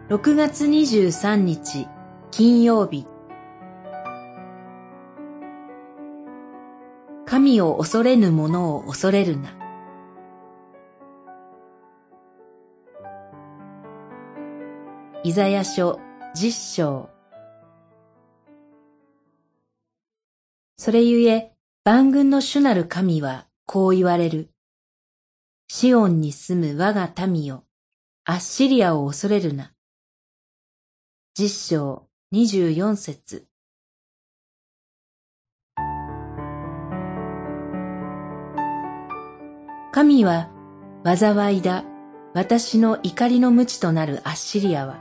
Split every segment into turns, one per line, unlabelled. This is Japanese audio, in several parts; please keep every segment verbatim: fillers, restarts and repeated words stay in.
ろくがつにじゅうさんにち金曜日。神を恐れぬ者を恐れるな。イザヤ書じっしょう。それゆえ万軍の主なる神はこう言われる。シオンに住む我が民よ、アッシリアを恐れるな。じっしょうにじゅうよんせつ。神は災いだ、私の怒りの鞭となるアッシリアは。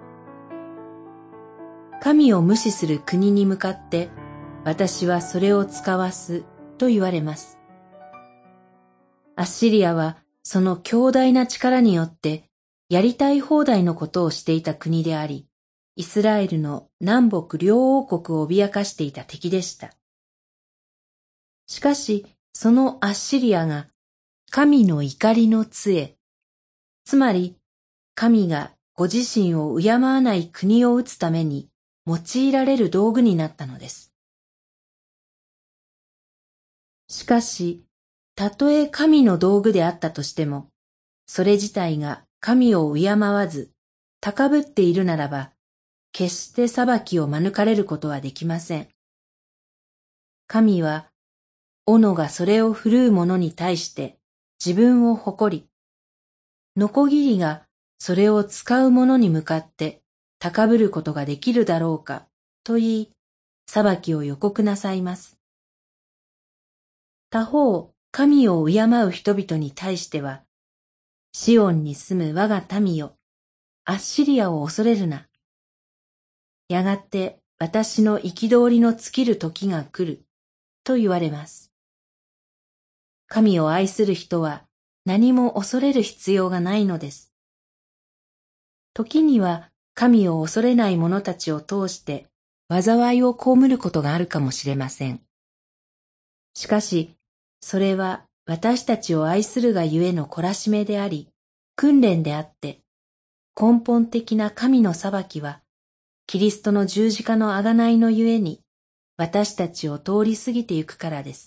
神を無視する国に向かって、私はそれを使わすと言われます。アッシリアはその強大な力によってやりたい放題のことをしていた国であり、イスラエルの南北両王国を脅かしていた敵でした。しかし、そのアッシリアが神の怒りの杖、つまり神がご自身を敬わない国を打つために用いられる道具になったのです。しかし、たとえ神の道具であったとしても、それ自体が神を敬わず、高ぶっているならば、決して裁きを免れることはできません。神は、斧がそれを振るう者に対して自分を誇り、ノコギリがそれを使う者に向かって高ぶることができるだろうか、と言い、裁きを予告なさいます。他方、神を敬う人々に対しては、シオンに住む我が民よ、アッシリアを恐れるな。やがて私の憤りの尽きる時が来る、と言われます。神を愛する人は何も恐れる必要がないのです。時には神を恐れない者たちを通して災いを被ることがあるかもしれません。しかし、それは私たちを愛するがゆえの懲らしめであり、訓練であって、根本的な神の裁きは、キリストの十字架の贖いのゆえに、私たちを通り過ぎてゆくからです。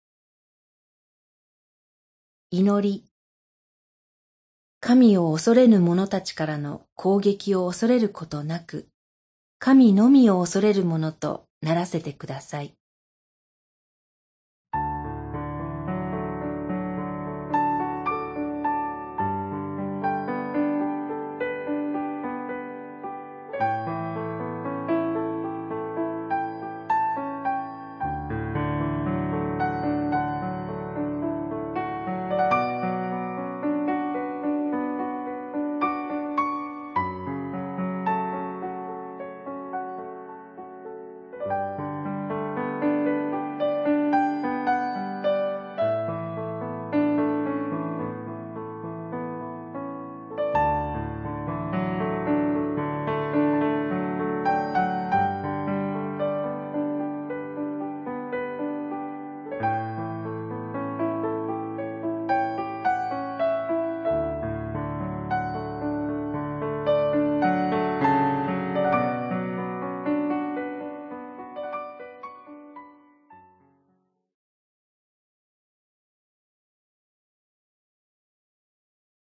祈り。神を恐れぬ者たちからの攻撃を恐れることなく、神のみを恐れる者とならせてください。